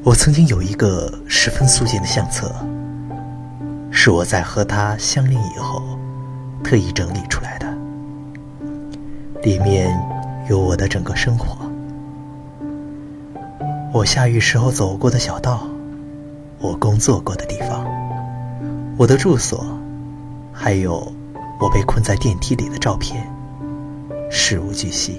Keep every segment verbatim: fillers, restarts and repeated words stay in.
我曾经有一个十分素净的相册，是我在和他相恋以后特意整理出来的，里面有我的整个生活，我下雨时候走过的小道，我工作过的地方，我的住所，还有我被困在电梯里的照片，事无巨细。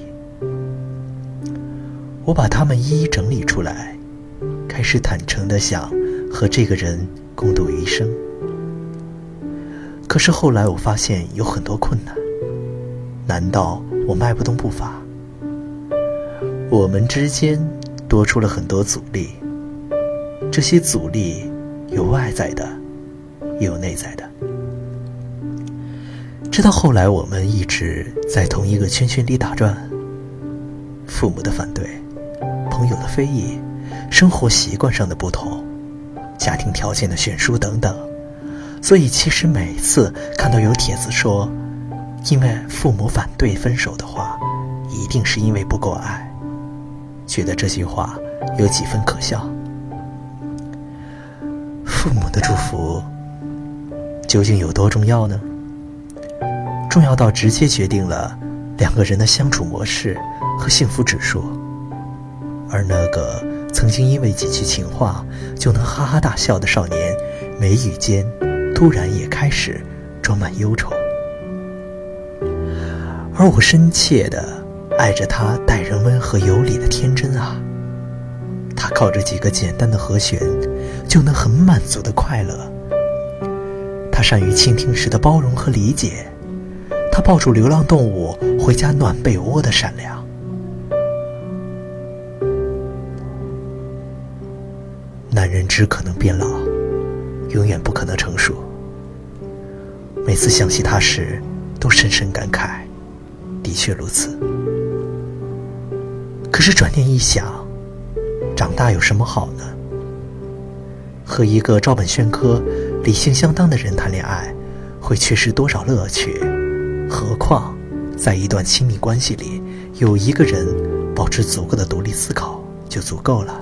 我把它们一一整理出来，开始坦诚地想和这个人共度余生。可是后来我发现有很多困难，难道我迈不动步伐？我们之间多出了很多阻力，这些阻力有外在的，也有内在的。直到后来我们一直在同一个圈圈里打转，父母的反对，朋友的非议，生活习惯上的不同，家庭条件的悬殊等等，所以其实每次看到有帖子说因为父母反对分手的话，一定是因为不够爱，觉得这句话有几分可笑。父母的祝福究竟有多重要呢？重要到直接决定了两个人的相处模式和幸福指数。而那个曾经因为几句情话就能哈哈大笑的少年，眉宇间突然也开始装满忧愁。而我深切地爱着他待人温和有礼的天真啊，他靠着几个简单的和弦就能很满足的快乐，他善于倾听时的包容和理解，他抱住流浪动物回家暖被窝的善良。男人只可能变老，永远不可能成熟。每次想起他时都深深感慨，的确如此。可是转念一想，长大有什么好呢？和一个照本宣科理性相当的人谈恋爱会缺失多少乐趣？何况在一段亲密关系里，有一个人保持足够的独立思考就足够了。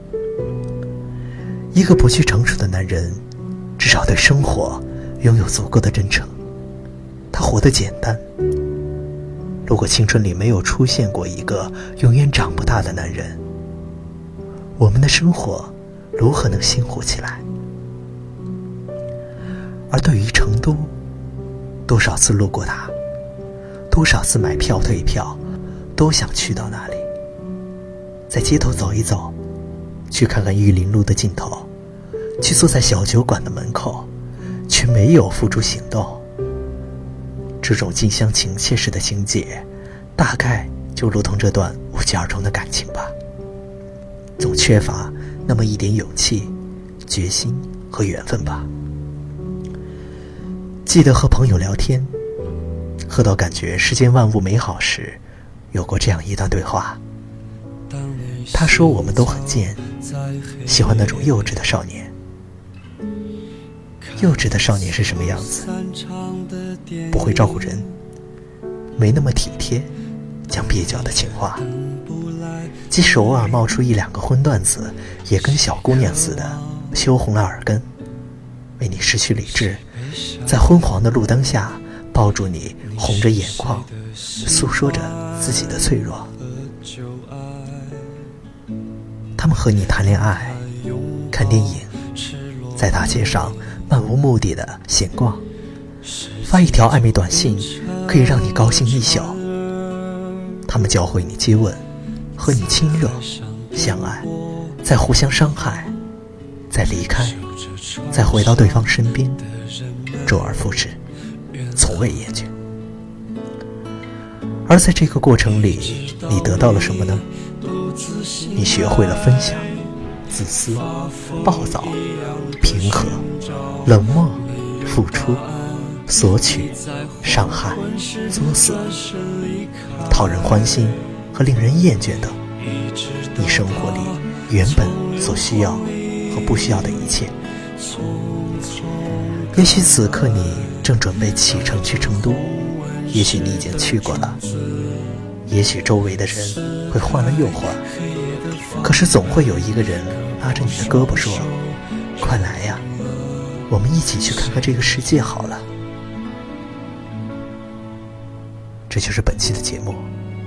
一个不去成熟的男人，至少对生活拥有足够的真诚，他活得简单。如果青春里没有出现过一个永远长不大的男人，我们的生活如何能鲜活起来？而对于成都，多少次路过它，多少次买票退票，都想去到那里，在街头走一走，去看看玉林路的尽头，去坐在小酒馆的门口，却没有付诸行动。这种近乡情怯式的情节，大概就如同这段无疾而终的感情吧，总缺乏那么一点勇气、决心和缘分吧。记得和朋友聊天，喝到感觉世间万物美好时，有过这样一段对话。他说我们都很贱，喜欢那种幼稚的少年。幼稚的少年是什么样子？不会照顾人，没那么体贴，讲蹩脚的情话，即使偶尔冒出一两个荤段子，也跟小姑娘似的羞红了耳根，为你失去理智，在昏黄的路灯下抱住你，红着眼眶，诉说着自己的脆弱。他们和你谈恋爱，看电影，在大街上漫无目的的闲逛，发一条暧昧短信可以让你高兴一宿。他们教会你接吻，和你亲热相爱，再互相伤害，再离开，再回到对方身边，周而复始，从未厌倦。而在这个过程里，你得到了什么呢？你学会了分享、自私、暴躁、平和、冷漠、付出、索取、伤害、作死、讨人欢心和令人厌倦等你生活里原本所需要和不需要的一切。也许此刻你正准备启程去成都，也许你已经去过了，也许周围的人会换了又换，可是总会有一个人拉着你的胳膊说，快来呀，我们一起去看看这个世界好了。这就是本期的节目。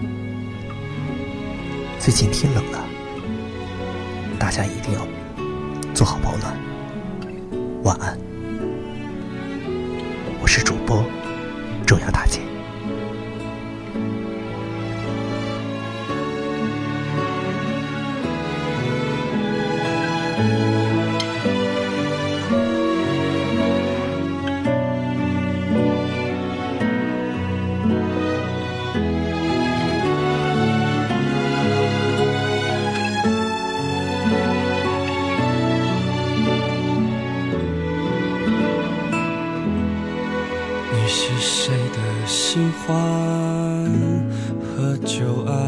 最近天冷了，大家一定要做好保暖。晚安，我是主播周阳大姐。 你是谁的新欢和旧爱？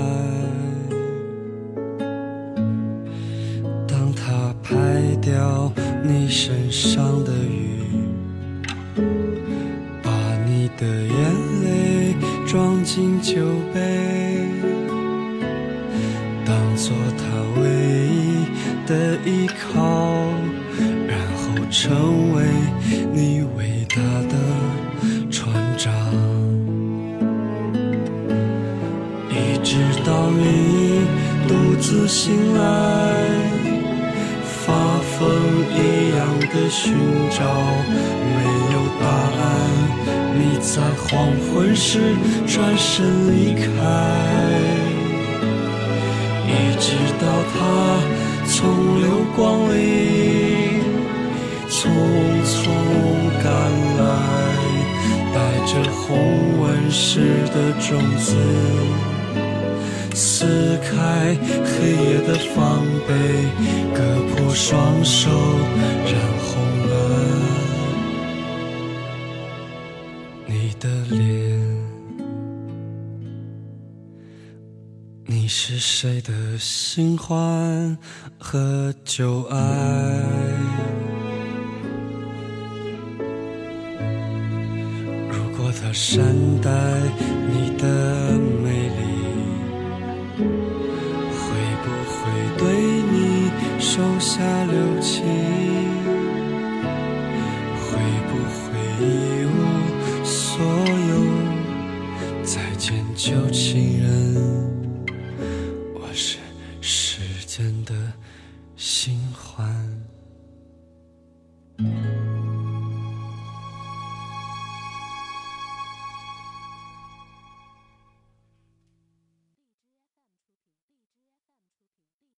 当他拍掉你身上的雨，把你的眼泪装进酒杯，当作他唯一的依靠，然后成为你伟大的船长，一直到你独自醒来，发疯一样的寻找，没有答案，你在黄昏时转身离开，一直到他从流光里匆匆赶来，带着红纹石的种子，撕开黑夜的防备，割破双手，染红了你的脸。你是谁的新欢和旧爱？如果他善待你的美丽，会不会对你手下留情？会不会一无所有，再见旧情人？